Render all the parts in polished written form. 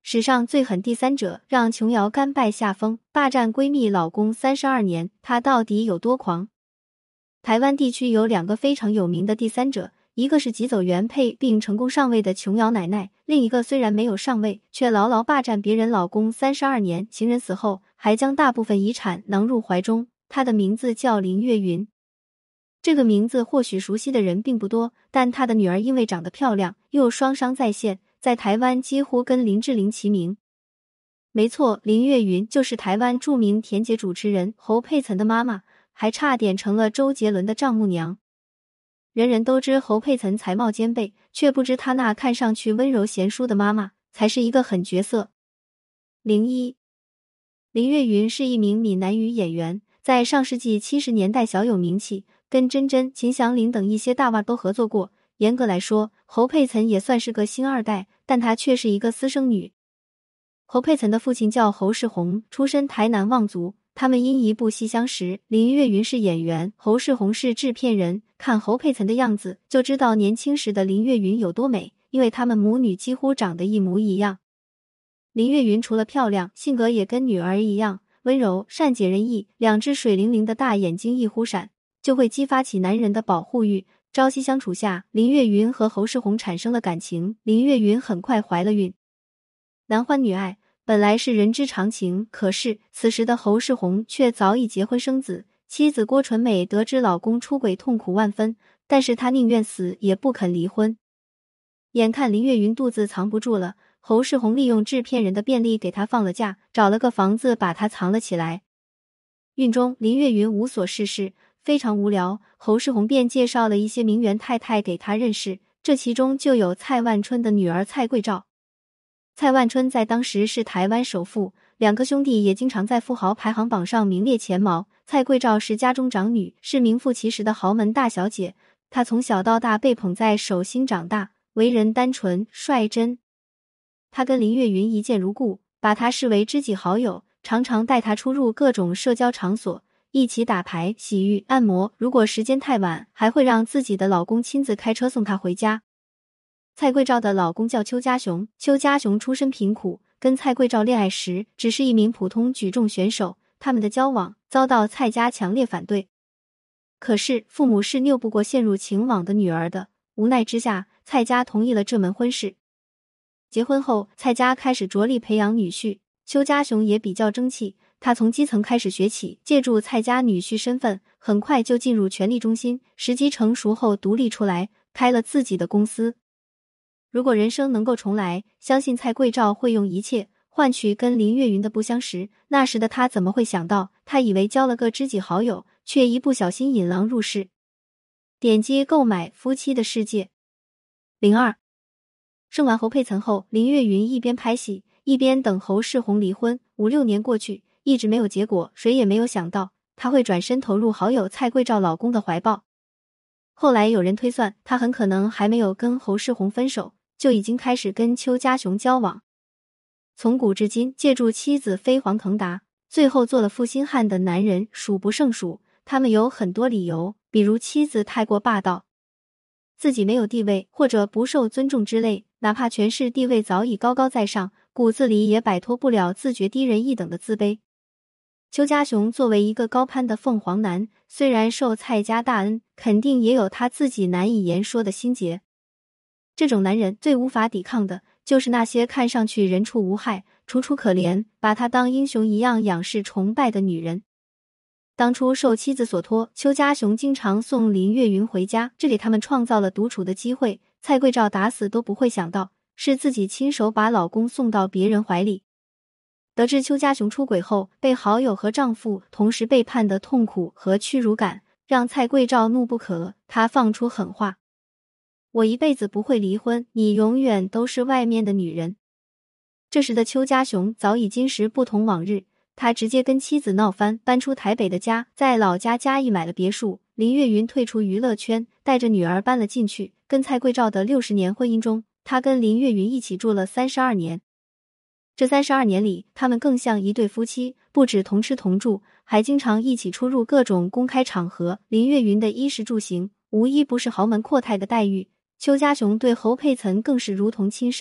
史上最狠第三者，让琼瑶甘拜下风，霸占闺蜜老公32年，她到底有多狂？台湾地区有2个非常有名的第三者，一个是挤走原配并成功上位的琼瑶奶奶，另一个虽然没有上位，却牢牢霸占别人老公32年，情人死后还将大部分遗产囊入怀中。她的名字叫林月云。这个名字或许熟悉的人并不多，但她的女儿因为长得漂亮，又双商在线，在台湾几乎跟林志玲齐名。没错，林月云就是台湾著名甜节主持人侯佩岑的妈妈，还差点成了周杰伦的丈母娘。人人都知侯佩岑才貌兼备，却不知她那看上去温柔贤淑的妈妈才是一个狠角色。01林月云是一名闽南语演员，在上世纪70年代小有名气，跟珍珍、秦祥林等一些大腕都合作过。严格来说，侯佩岑也算是个星二代，但她却是一个私生女。侯佩岑的父亲叫侯世宏，出身台南望族，他们因一部戏相识。林月云是演员，侯世宏是制片人。看侯佩岑的样子，就知道年轻时的林月云有多美，因为他们母女几乎长得一模一样。林月云除了漂亮，性格也跟女儿一样温柔、善解人意，2只水灵灵的大眼睛一忽闪，就会激发起男人的保护欲。朝夕相处下，林月云和侯世宏产生了感情，林月云很快怀了孕。男欢女爱本来是人之常情，可是此时的侯世宏却早已结婚生子。妻子郭纯美得知老公出轨，痛苦万分，但是她宁愿死也不肯离婚。眼看林月云肚子藏不住了，侯世宏利用制片人的便利给她放了假，找了个房子把她藏了起来。孕中林月云无所事事，非常无聊，侯世宏便介绍了一些名媛太太给她认识，这其中就有蔡万春的女儿蔡桂照。蔡万春在当时是台湾首富，2个兄弟也经常在富豪排行榜上名列前茅。蔡桂照是家中长女，是名副其实的豪门大小姐。她从小到大被捧在手心长大，为人单纯率真。她跟林月云一见如故，把她视为知己好友，常常带她出入各种社交场所，一起打牌、洗浴、按摩。如果时间太晚，还会让自己的老公亲自开车送她回家。蔡桂照的老公叫邱家雄，邱家雄出身贫苦，跟蔡桂照恋爱时只是一名普通举重选手，他们的交往遭到蔡家强烈反对。可是父母是拗不过陷入情网的女儿的，无奈之下，蔡家同意了这门婚事。结婚后，蔡家开始着力培养女婿，邱家雄也比较争气，他从基层开始学起，借助蔡家女婿身份，很快就进入权力中心，时机成熟后独立出来，开了自己的公司。如果人生能够重来，相信蔡桂照会用一切换取跟林月云的不相识。那时的他怎么会想到，他以为交了个知己好友，却一不小心引狼入室。点击购买《夫妻的世界》。02生完侯佩岑后，林月云一边拍戏，一边等侯世宏离婚。5、6年过去，一直没有结果，谁也没有想到他会转身投入好友蔡桂照老公的怀抱。后来有人推算，他很可能还没有跟侯世宏分手，就已经开始跟邱家雄交往。从古至今，借助妻子飞黄腾达，最后做了负心汉的男人数不胜数。他们有很多理由，比如妻子太过霸道，自己没有地位或者不受尊重之类，哪怕权势地位早已高高在上，骨子里也摆脱不了自觉低人一等的自卑。邱家雄作为一个高攀的凤凰男，虽然受蔡家大恩，肯定也有他自己难以言说的心结。这种男人最无法抵抗的就是那些看上去人畜无害、楚楚可怜，把他当英雄一样仰视崇拜的女人。当初受妻子所托，邱家雄经常送林月云回家，这给他们创造了独处的机会。蔡桂照打死都不会想到，是自己亲手把老公送到别人怀里。得知邱家雄出轨后，被好友和丈夫同时背叛的痛苦和屈辱感，让蔡桂照怒不可遏。她放出狠话：我一辈子不会离婚，你永远都是外面的女人。这时的邱家雄早已今时不同往日，他直接跟妻子闹翻，搬出台北的家，在老家嘉义买了别墅。林月云退出娱乐圈，带着女儿搬了进去。跟蔡桂照的60年婚姻中，他跟林月云一起住了32年。这32年里，他们更像一对夫妻，不止同吃同住，还经常一起出入各种公开场合。林月云的衣食住行无一不是豪门阔太的待遇，邱家雄对侯佩岑更是如同亲生，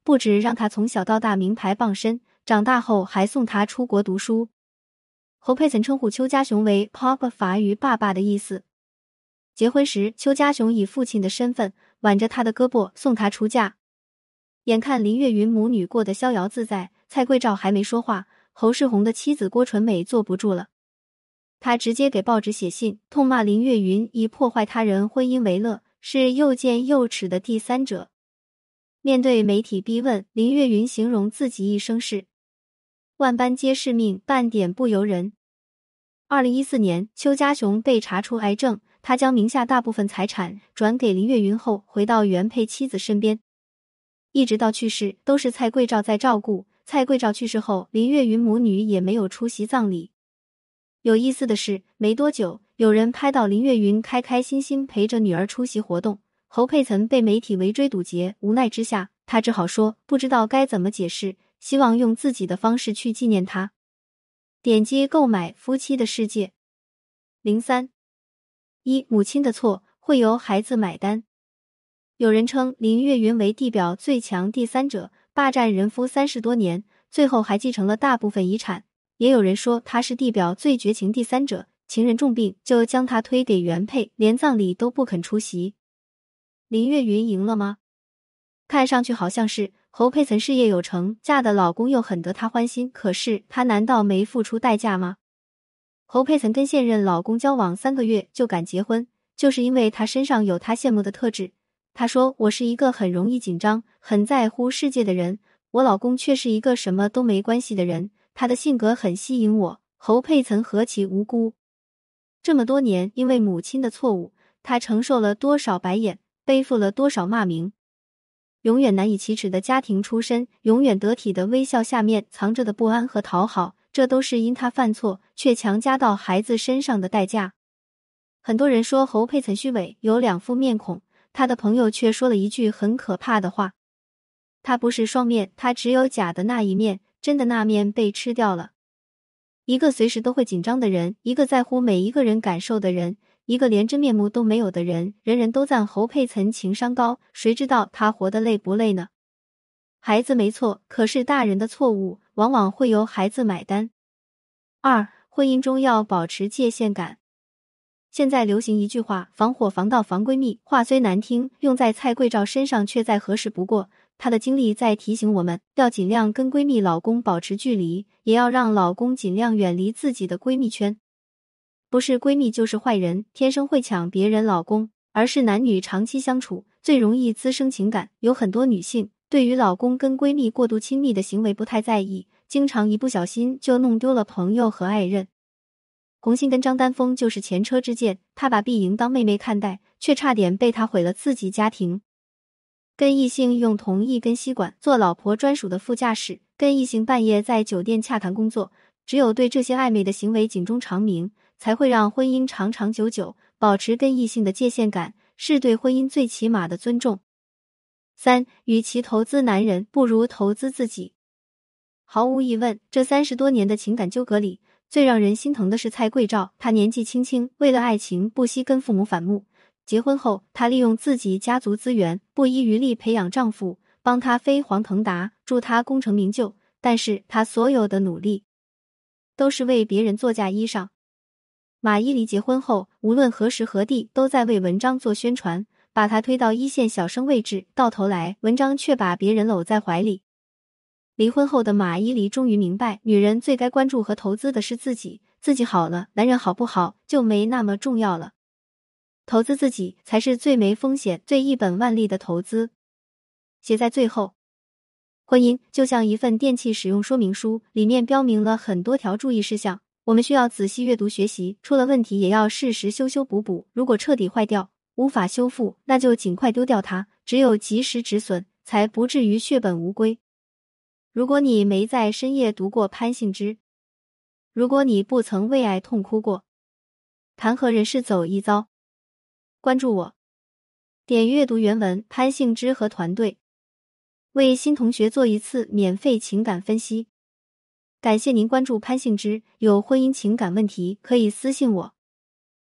不止让他从小到大名牌傍身，长大后还送他出国读书。侯佩岑称呼邱家雄为 Papa， 法语爸爸的意思。结婚时，邱家雄以父亲的身份挽着他的胳膊送他出嫁。眼看林月云母女过得逍遥自在，蔡桂照还没说话，侯世宏的妻子郭纯美坐不住了。他直接给报纸写信，痛骂林月云以破坏他人婚姻为乐，是又贱又耻的第三者。面对媒体逼问，林月云形容自己一生是万般皆是命，半点不由人。2014年，邱家雄被查出癌症，他将名下大部分财产转给林月云后，回到原配妻子身边。一直到去世，都是蔡桂照在照顾。蔡桂照去世后，林月云母女也没有出席葬礼。有意思的是，没多久，有人拍到林月云开开心心陪着女儿出席活动。侯佩岑被媒体围追堵截，无奈之下，他只好说不知道该怎么解释，希望用自己的方式去纪念她。点击购买《夫妻的世界》。03。母亲的错会由孩子买单。有人称林月云为地表最强第三者，霸占人夫30多年，最后还继承了大部分遗产。也有人说他是地表最绝情第三者，情人重病就将他推给原配，连葬礼都不肯出席。林月云赢了吗？看上去好像是。侯佩岑事业有成，嫁的老公又很得她欢心，可是她难道没付出代价吗？侯佩岑跟现任老公交往3个月就敢结婚，就是因为他身上有她羡慕的特质。她说，我是一个很容易紧张，很在乎世界的人，我老公却是一个什么都没关系的人，他的性格很吸引我。侯佩岑何其无辜。这么多年，因为母亲的错误，她承受了多少白眼，背负了多少骂名。永远难以启齿的家庭出身，永远得体的微笑下面藏着的不安和讨好，这都是因他犯错却强加到孩子身上的代价。很多人说侯佩岑虚伪，有2副面孔，他的朋友却说了一句很可怕的话：他不是双面，他只有假的那一面，真的那面被吃掉了。一个随时都会紧张的人，一个在乎每一个人感受的人，一个连真面目都没有的人，人人都赞侯佩岑情商高，谁知道他活得累不累呢？孩子没错，可是大人的错误往往会由孩子买单。2. 婚姻中要保持界限感。现在流行一句话，防火防盗防闺蜜，话虽难听，用在蔡桂照身上却再合适不过。她的经历在提醒我们，要尽量跟闺蜜老公保持距离，也要让老公尽量远离自己的闺蜜圈。不是闺蜜就是坏人，天生会抢别人老公，而是男女长期相处最容易滋生情感。有很多女性对于老公跟闺蜜过度亲密的行为不太在意，经常一不小心就弄丢了朋友和爱人。洪欣跟张丹峰就是前车之鉴，他把碧莹当妹妹看待，却差点被她毁了自己家庭。跟异性用同一根吸管，做老婆专属的副驾驶，跟异性半夜在酒店洽谈工作，只有对这些暧昧的行为警钟长鸣，才会让婚姻长长久久。保持跟异性的界限感，是对婚姻最起码的尊重。3. 与其投资男人，不如投资自己。毫无疑问，这30多年的情感纠葛里，最让人心疼的是蔡桂照。她年纪轻轻，为了爱情不惜跟父母反目。结婚后，她利用自己家族资源，不遗余力培养丈夫，帮他飞黄腾达，助他功成名就。但是她所有的努力，都是为别人做嫁衣裳。马伊琍结婚后，无论何时何地都在为文章做宣传，把她推到1线小生位置，到头来文章却把别人搂在怀里。离婚后的马伊琍终于明白，女人最该关注和投资的是自己，自己好了，男人好不好就没那么重要了。投资自己才是最没风险、最一本万利的投资。写在最后，婚姻就像一份电器使用说明书，里面标明了很多条注意事项，我们需要仔细阅读学习，出了问题也要适时修修补补，如果彻底坏掉，无法修复，那就尽快丢掉它，只有及时止损，才不至于血本无归。如果你没在深夜读过潘幸之，如果你不曾为爱痛哭过，谈何人世走一遭？关注我，点阅读原文。潘幸之和团队为新同学做一次免费情感分析。感谢您关注潘幸之，有婚姻情感问题可以私信我。